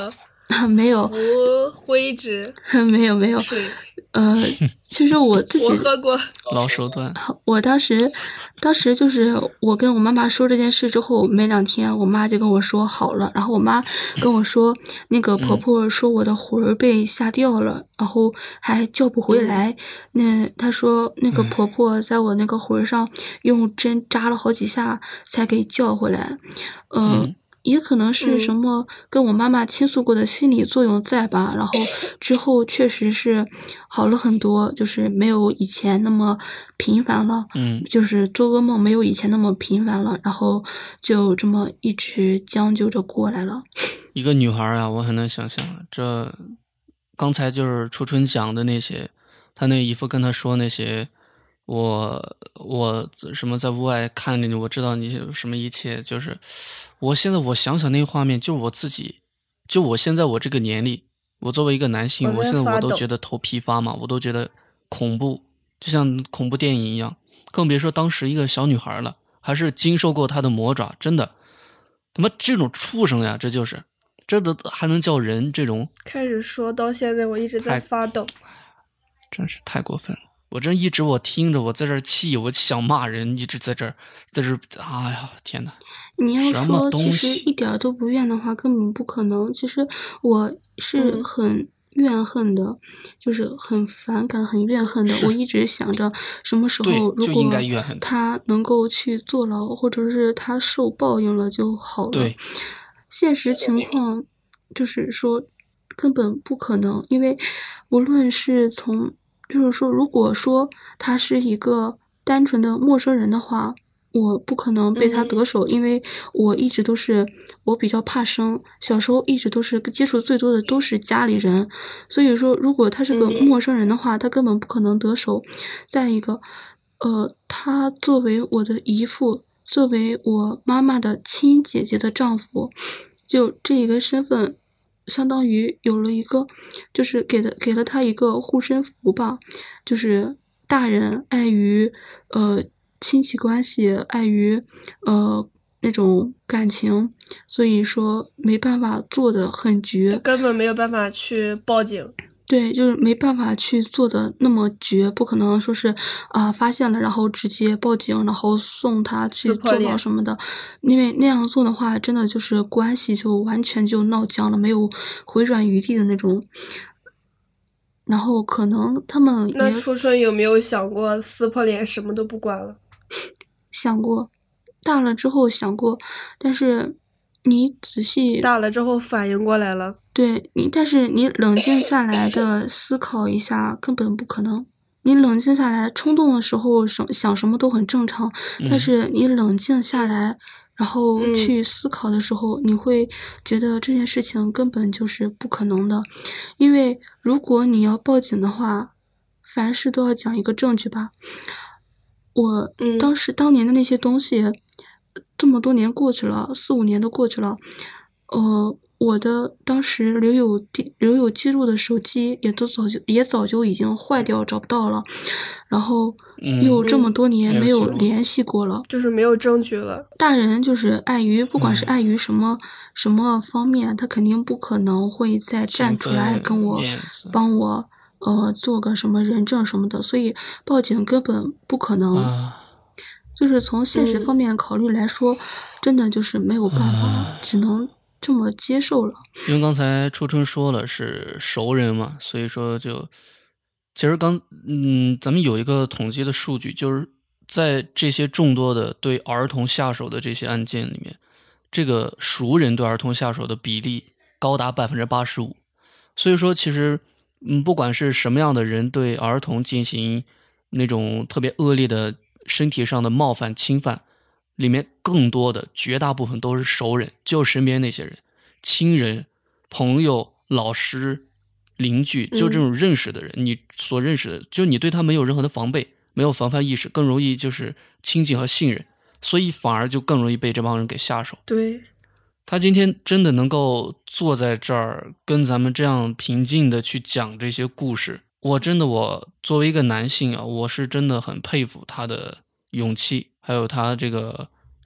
Speaker 1: 没有
Speaker 2: 灰质
Speaker 1: 没有
Speaker 2: 水
Speaker 1: 其实我自己
Speaker 2: 我喝过
Speaker 3: 老手段。
Speaker 1: 我当时就是我跟我妈妈说这件事之后没2天，我妈就跟我说好了，然后我妈跟我说那个婆婆说我的魂儿被吓掉了，然后还叫不回来，那她说那个婆婆在我那个魂儿上用针扎了好几下才给叫回来，也可能是什么跟我妈妈倾诉过的心理作用在吧，然后之后确实是好了很多，就是没有以前那么频繁了，就是做噩梦没有以前那么频繁了，然后就这么一直将就着过来了。
Speaker 3: 一个女孩啊，我很难想象，这刚才就是初春讲的那些，她那姨父跟她说那些，我什么在屋外看着你，我知道你什么一切，就是我现在我想想那个画面，就我自己，就我现在我这个年龄，我作为一个男性，我现在我都觉得头皮发麻，我都觉得恐怖，就像恐怖电影一样，更别说当时一个小女孩了，还是经受过她的魔爪，真的，他妈这种畜生呀，这都还能叫人？这种
Speaker 2: 开始说到现在，我一直在发抖，
Speaker 3: 真是太过分了。我这一直我听着，我在这儿气，我想骂人，一直在这儿，哎呀，天哪！
Speaker 1: 你要说其实一点都不怨的话，根本不可能。其实我是很怨恨的，就是很反感、很怨恨的。我一直想着什么时候如果他能够去坐牢，或者是他受报应了就好了。
Speaker 3: 对，
Speaker 1: 现实情况就是说根本不可能，因为无论是从就是说，如果说他是一个单纯的陌生人的话，我不可能被他得手，因为我一直都是我比较怕生，小时候一直都是接触最多的都是家里人，所以说如果他是个陌生人的话，他根本不可能得手。再一个，他作为我的姨父，作为我妈妈的亲姐姐的丈夫，就这一个身份。相当于有了一个，就是给了他一个护身符吧，就是大人碍于亲戚关系，碍于那种感情，所以说没办法做得很绝，
Speaker 2: 根本没有办法去报警。
Speaker 1: 对，就是没办法去做的那么绝，不可能说是发现了然后直接报警，然后送他去坐牢什么的，因为那样做的话，真的就是关系就完全就闹僵了，没有回转余地的那种。然后可能他们
Speaker 2: 那初春有没有想过撕破脸什么都不管了？
Speaker 1: 想过，大了之后想过，但是你仔细
Speaker 2: 大了之后反应过来了，
Speaker 1: 对你，但是你冷静下来的思考一下，根本不可能。你冷静下来，冲动的时候想什么都很正常，但是你冷静下来，然后去思考的时候，你会觉得这件事情根本就是不可能的，因为如果你要报警的话，凡事都要讲一个证据吧。我当年的那些东西，这么多年过去了，4、5年都过去了，我的当时留有记录的手机也早就已经坏掉找不到了，然后又这么多年没有联系过了，
Speaker 2: 就是没有证据了。
Speaker 1: 大人就是不管是碍于什么方面，他肯定不可能会再站出来跟我帮我做个什么人证什么的，所以报警根本不可能。就是从现实方面考虑来说，真的就是没有办法，只能这么接受了。
Speaker 3: 因为刚才初春说了是熟人嘛，所以说就其实咱们有一个统计的数据，就是在这些众多的对儿童下手的这些案件里面，这个熟人对儿童下手的比例高达85%。所以说其实不管是什么样的人对儿童进行那种特别恶劣的身体上的冒犯侵犯，里面更多的绝大部分都是熟人，就身边那些人，亲人、朋友、老师、邻居，就这种认识的人，你所认识的，就你对他没有任何的防备，没有防范意识，更容易就是亲近和信任，所以反而就更容易被这帮人给下手。
Speaker 2: 对，
Speaker 3: 他今天真的能够坐在这儿跟咱们这样平静的去讲这些故事，我作为一个男性啊，我是真的很佩服他的勇气，还有他这个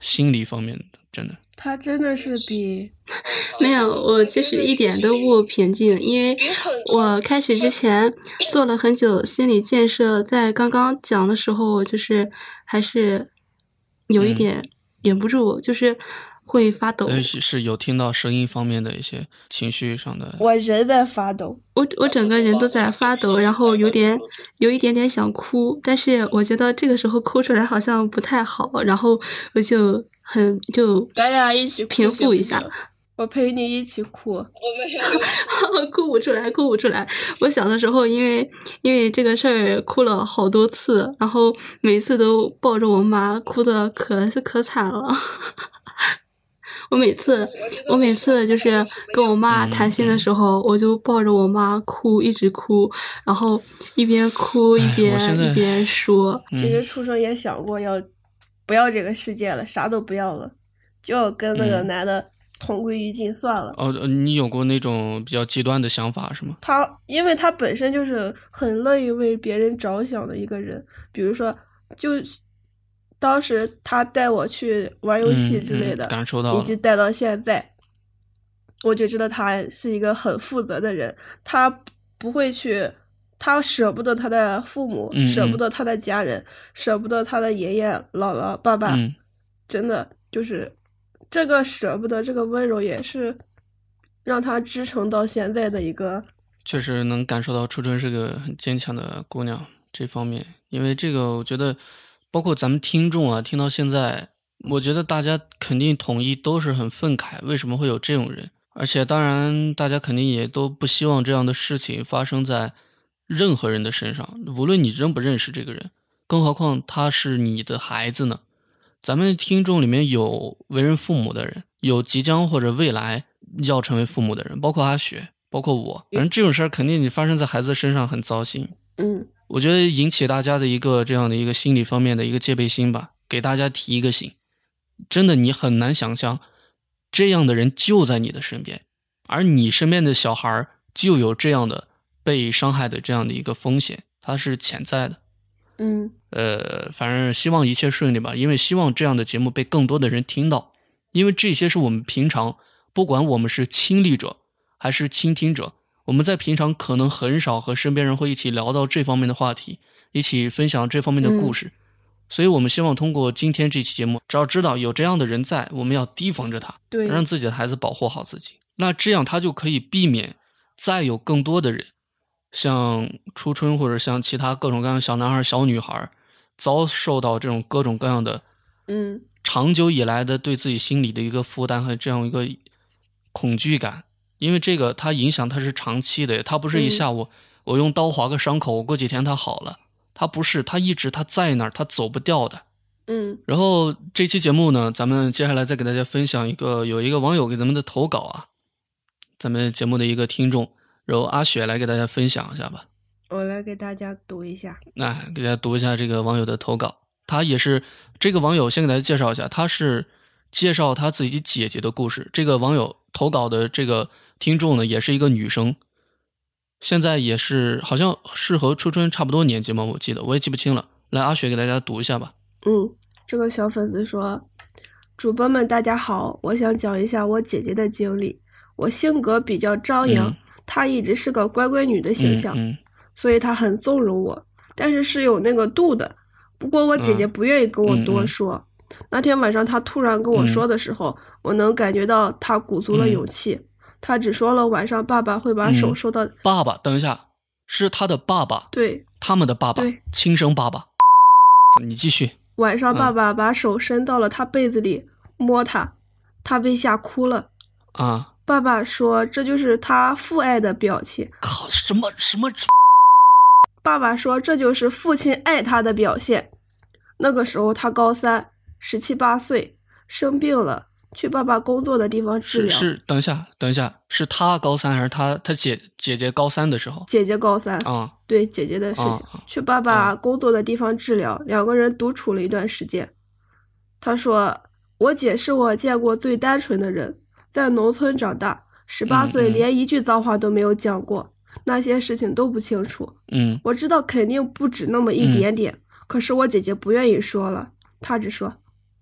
Speaker 3: 心理方面的，真的。
Speaker 2: 他真的是比
Speaker 1: 没有，我其实一点都不平静，因为我开始之前做了很久心理建设，在刚刚讲的时候，就是还是有一点忍不住，就是会发抖。
Speaker 3: 是有听到声音方面的一些情绪上的。
Speaker 2: 我人在发抖，
Speaker 1: 我整个人都在发抖，然后有一点点想哭，但是我觉得这个时候哭出来好像不太好，然后我就
Speaker 2: 咱俩一起哭
Speaker 1: 平复一下。
Speaker 2: 我陪你一起哭。我
Speaker 1: 没有哭不出来。我小的时候因为这个事儿哭了好多次，然后每次都抱着我妈，哭的可惨了。我每次就是跟我妈谈心的时候，我就抱着我妈哭，一直哭，然后一边哭一边说。
Speaker 2: 其实初生也想过要不要这个世界了，啥都不要了，就要跟那个男的同归于尽算了。
Speaker 3: 你有过那种比较极端的想法是吗？
Speaker 2: 因为他本身就是很乐意为别人着想的一个人，比如说就当时他带我去玩游戏之类的，
Speaker 3: 感受到了，
Speaker 2: 一直带到现在，我就知道他是一个很负责的人，他不会去，他舍不得他的父母，舍不得他的家人，舍不得他的爷爷姥姥爸爸，真的就是这个舍不得，这个温柔也是让他支撑到现在的一个。
Speaker 3: 确实能感受到初春是个很坚强的姑娘这方面，因为这个我觉得包括咱们听众啊，听到现在，我觉得大家肯定统一都是很愤慨，为什么会有这种人？而且当然大家肯定也都不希望这样的事情发生在任何人的身上，无论你认不认识这个人，更何况他是你的孩子呢。咱们听众里面有为人父母的人，有即将或者未来要成为父母的人，包括阿雪，包括我，反正这种事儿肯定你发生在孩子身上很糟心。我觉得引起大家的一个这样的一个心理方面的一个戒备心吧，给大家提一个醒，真的你很难想象这样的人就在你的身边，而你身边的小孩就有这样的被伤害的这样的一个风险，它是潜在的。反正希望一切顺利吧，因为希望这样的节目被更多的人听到，因为这些是我们平常不管我们是亲历者还是倾听者，我们在平常可能很少和身边人会一起聊到这方面的话题，一起分享这方面的故事，所以我们希望通过今天这期节目，只要知道有这样的人在，我们要提防着他，
Speaker 2: 对，
Speaker 3: 让自己的孩子保护好自己，那这样他就可以避免再有更多的人像初春或者像其他各种各样的小男孩小女孩遭受到这种各种各样的长久以来的对自己心理的一个负担和这样一个恐惧感，因为这个它影响它是长期的，它不是一下午我用刀划个伤口，我过几天它好了，它不是，它一直它在那儿，它走不掉的。然后这期节目呢，咱们接下来再给大家分享有一个网友给咱们的投稿啊，咱们节目的一个听众由阿雪来给大家分享一下吧。
Speaker 2: 我来给大家读一下，
Speaker 3: 给大家读一下这个网友的投稿。他也是这个网友，先给大家介绍一下，他是介绍他自己姐姐的故事。这个网友投稿的这个听众呢，也是一个女生，现在也是好像是和初春差不多年纪嘛，我记得我也记不清了。来，阿雪给大家读一下吧。
Speaker 2: 这个小粉丝说，主播们大家好，我想讲一下我姐姐的经历。我性格比较张扬，她一直是个乖乖女的形象，所以她很纵容我，但是有那个度的。不过我姐姐不愿意跟我多说。那天晚上她突然跟我说的时候，我能感觉到她鼓足了勇气。她只说了晚上爸爸会把手收到。
Speaker 3: 爸爸，等一下，是他的爸爸？
Speaker 2: 对，
Speaker 3: 他们的爸爸，
Speaker 2: 对，
Speaker 3: 亲生爸爸。你继续。
Speaker 2: 晚上爸爸把手伸到了他被子里摸他，他被吓哭了。爸爸说这就是他父爱的表现。
Speaker 3: 靠，什么？
Speaker 2: 爸爸说这就是父亲爱他的表现。那个时候他高3，17、18岁，生病了，去爸爸工作的地方治疗。
Speaker 3: 等一下，是他高3还是他姐姐高3的时候？
Speaker 2: 姐姐高3对姐姐的事情，去爸爸工作的地方治疗，两个人独处了一段时间。他说我姐是我见过最单纯的人，在农村长大，18岁连一句脏话都没有讲过，那些事情都不清楚。我知道肯定不止那么一点点，可是我姐姐不愿意说了，她只说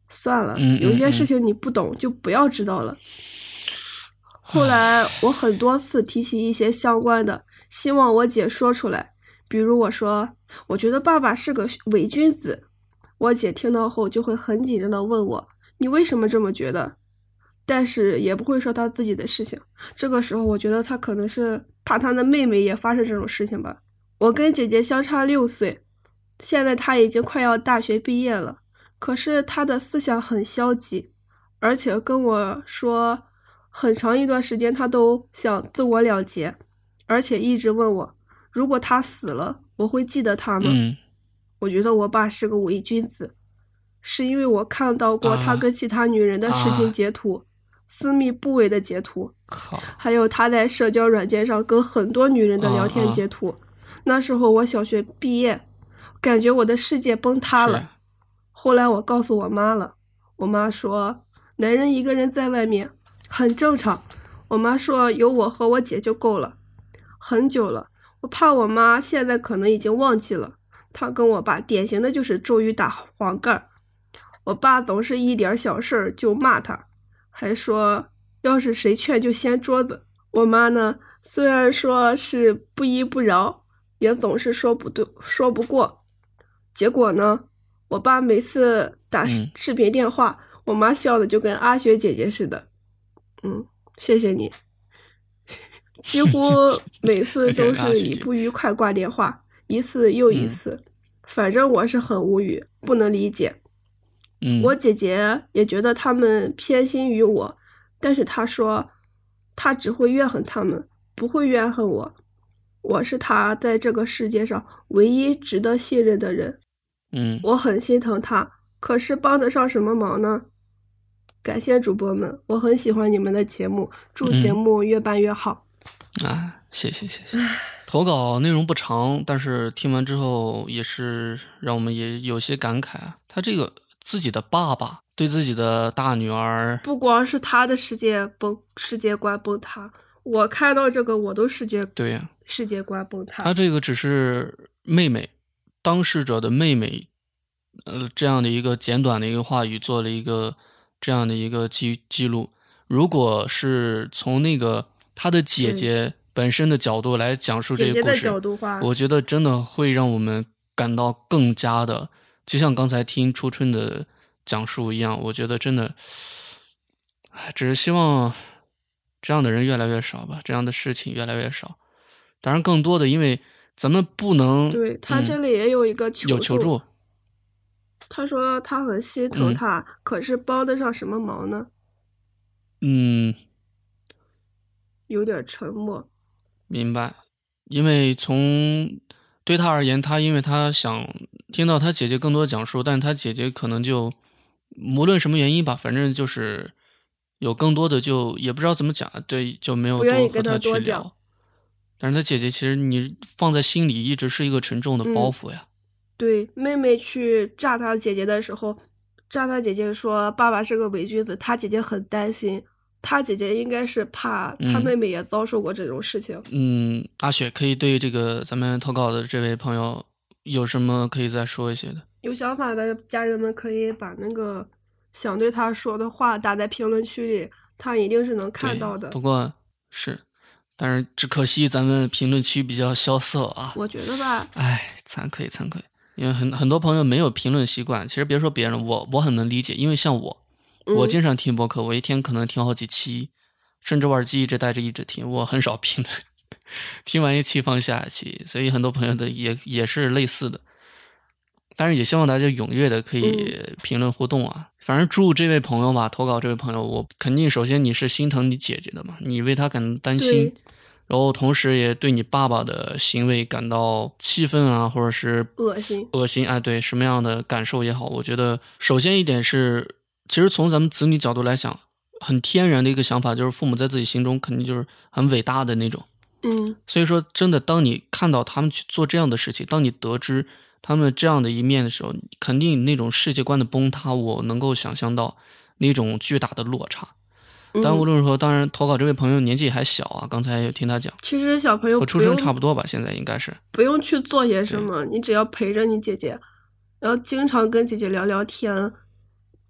Speaker 2: 算了，有些事情你不懂就不要知道了。后来我很多次提起一些相关的，希望我姐说出来，比如我说我觉得爸爸是个伪君子，我姐听到后就会很紧张的问我，你为什么这么觉得？但是也不会说她自己的事情。这个时候我觉得她可能是怕她的妹妹也发生这种事情吧。我跟姐姐相差6岁，现在她已经快要大学毕业了，可是她的思想很消极，而且跟我说很长一段时间她都想自我了结，而且一直问我，如果他死了我会记得他吗？我觉得我爸是个伪君子，是因为我看到过他跟其他女人的视频截图，私密部位的截图，还有他在社交软件上跟很多女人的聊天截图。那时候我小学毕业，感觉我的世界崩塌了。后来我告诉我妈了，我妈说男人一个人在外面很正常，我妈说有我和我姐就够了。很久了，我怕我妈现在可能已经忘记了，她跟我爸典型的就是周瑜打黄盖。我爸总是一点小事就骂他，还说要是谁劝就掀桌子。我妈呢，虽然说是不依不饶，也总是说不对说不过。结果呢，我爸每次打视频电话，我妈笑的就跟阿雪姐姐似的。谢谢你。几乎每次都是以不愉快挂电话，一次又一次。反正我是很无语，不能理解。我姐姐也觉得他们偏心于我，但是她说她只会怨恨他们，不会怨恨我。我是她在这个世界上唯一值得信任的人。我很心疼她，可是帮得上什么忙呢？感谢主播们，我很喜欢你们的节目，祝节目越办越好。
Speaker 3: 谢谢。投稿内容不长，但是听完之后也是让我们也有些感慨啊。他这个自己的爸爸对自己的大女儿，
Speaker 2: 不光是他的世界观崩塌，我看到这个我都世界观崩塌。
Speaker 3: 他这个只是妹妹，当事者的妹妹，这样的一个简短的一个话语做了一个这样的一个记录。如果是从那个他的姐姐本身的角度来讲述这个故事，我觉得真的会让我们感到更加的，就像刚才听初春的讲述一样，我觉得真的，只是希望这样的人越来越少吧，这样的事情越来越少。当然更多的，因为咱们不能，
Speaker 2: 对，他这里也有一个
Speaker 3: 求助，
Speaker 2: 他说他很心疼他，可是帮得上什么忙呢？有点沉默。
Speaker 3: 明白，因为对他而言，因为他想听到他姐姐更多的讲述，但他姐姐可能就无论什么原因吧，反正就是有更多的就也不知道怎么讲，对，就没有多和他去聊。但是他姐姐其实你放在心里一直是一个沉重的包袱呀。
Speaker 2: 对，妹妹去炸他姐姐的时候，炸他姐姐说爸爸是个伪君子，他姐姐很担心。他姐姐应该是怕他妹妹也遭受过这种事情。
Speaker 3: 阿雪可以对这个咱们投稿的这位朋友有什么可以再说一些的？
Speaker 2: 有想法的家人们可以把那个想对他说的话打在评论区里，他一定是能看到的。
Speaker 3: 不过但是只可惜咱们评论区比较萧瑟啊。
Speaker 2: 我觉得吧，
Speaker 3: 惭愧，因为很多朋友没有评论习惯。其实别说别人，我很能理解，因为像我经常听播客，我一天可能听好几期，甚至玩机一直带着一直听，我很少评论，听完一期放下一期，所以很多朋友的也是类似的。当然也希望大家踊跃的可以评论互动啊。反正祝这位朋友吧，投稿这位朋友，我肯定首先你是心疼你姐姐的嘛，你为她感到担心，然后同时也对你爸爸的行为感到气愤啊，或者是恶心对，什么样的感受也好，我觉得首先一点是，其实从咱们子女角度来讲，很天然的一个想法就是父母在自己心中肯定就是很伟大的那种。所以说真的当你看到他们去做这样的事情，当你得知他们这样的一面的时候，肯定那种世界观的崩塌，我能够想象到那种巨大的落差。但无论如何，当然投稿这位朋友年纪还小啊，刚才有听他讲，
Speaker 2: 其实小朋友
Speaker 3: 和出生差不多吧，现在应该是
Speaker 2: 不用去做些什么，你只要陪着你姐姐，然后经常跟姐姐聊聊天，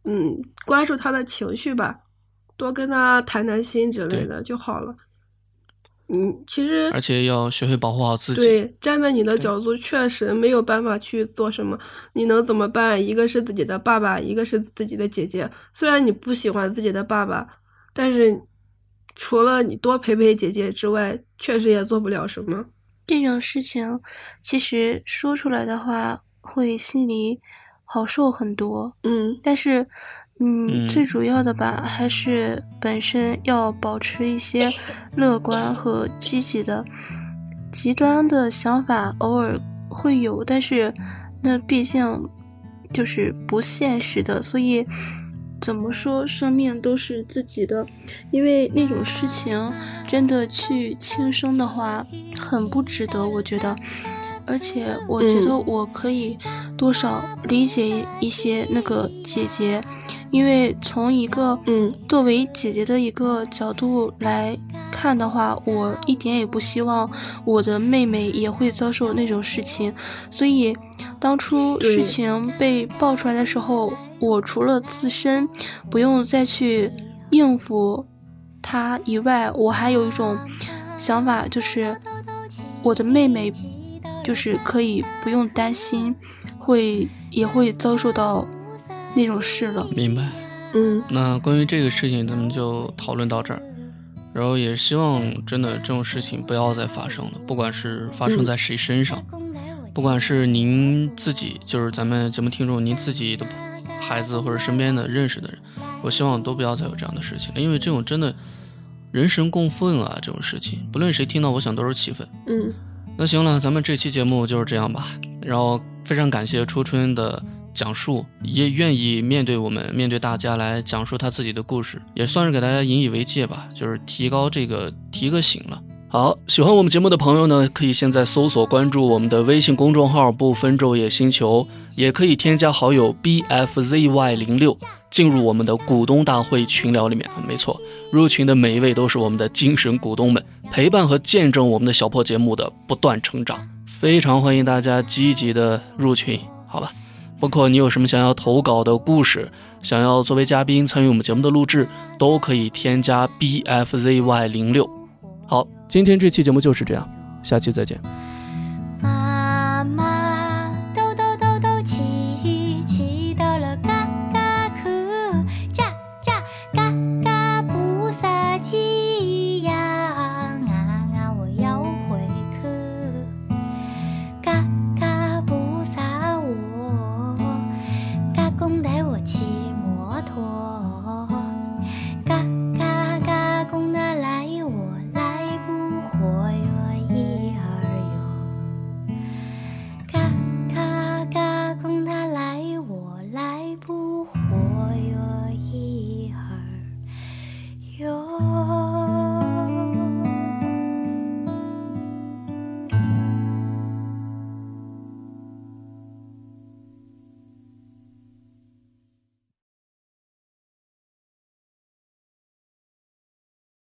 Speaker 2: 关注他的情绪吧，多跟他谈谈心之类的就好了。其实
Speaker 3: 而且要学会保护好自己。
Speaker 2: 对，站在你的角度确实没有办法去做什么，你能怎么办？一个是自己的爸爸，一个是自己的姐姐。虽然你不喜欢自己的爸爸，但是除了你多陪陪姐姐之外，确实也做不了什么。
Speaker 1: 这种事情其实说出来的话会心里好受很多。但是最主要的吧，还是本身要保持一些乐观和积极的。极端的想法偶尔会有，但是那毕竟就是不现实的，所以怎么说，生命都是自己的，因为那种事情真的去轻生的话很不值得，我觉得。而且我觉得我可以多少理解一些那个姐姐，因为从一个作为姐姐的一个角度来看的话，我一点也不希望我的妹妹也会遭受那种事情。所以当初事情被爆出来的时候，我除了自身不用再去应付她以外，我还有一种想法，就是我的妹妹就是可以不用担心也会遭受到那种事了。
Speaker 3: 明白。那关于这个事情咱们就讨论到这儿，然后也希望真的这种事情不要再发生了，不管是发生在谁身上，不管是您自己，就是咱们节目听众您自己的孩子或者身边的认识的人，我希望都不要再有这样的事情了，因为这种真的人神共愤啊，这种事情不论谁听到我想都是气愤。那行了，咱们这期节目就是这样吧，然后非常感谢初春的讲述，也愿意面对大家来讲述他自己的故事，也算是给大家引以为戒吧，就是提个醒了。好，喜欢我们节目的朋友呢，可以现在搜索关注我们的微信公众号不分昼夜星球，也可以添加好友 BFZY06 进入我们的股东大会群聊里面。没错，入群的每一位都是我们的精神股东们，陪伴和见证我们的小破节目的不断成长，非常欢迎大家积极的入群，好吧？包括你有什么想要投稿的故事，想要作为嘉宾参与我们节目的录制，都可以添加 BFZY06。好，今天这期节目就是这样，下期再见。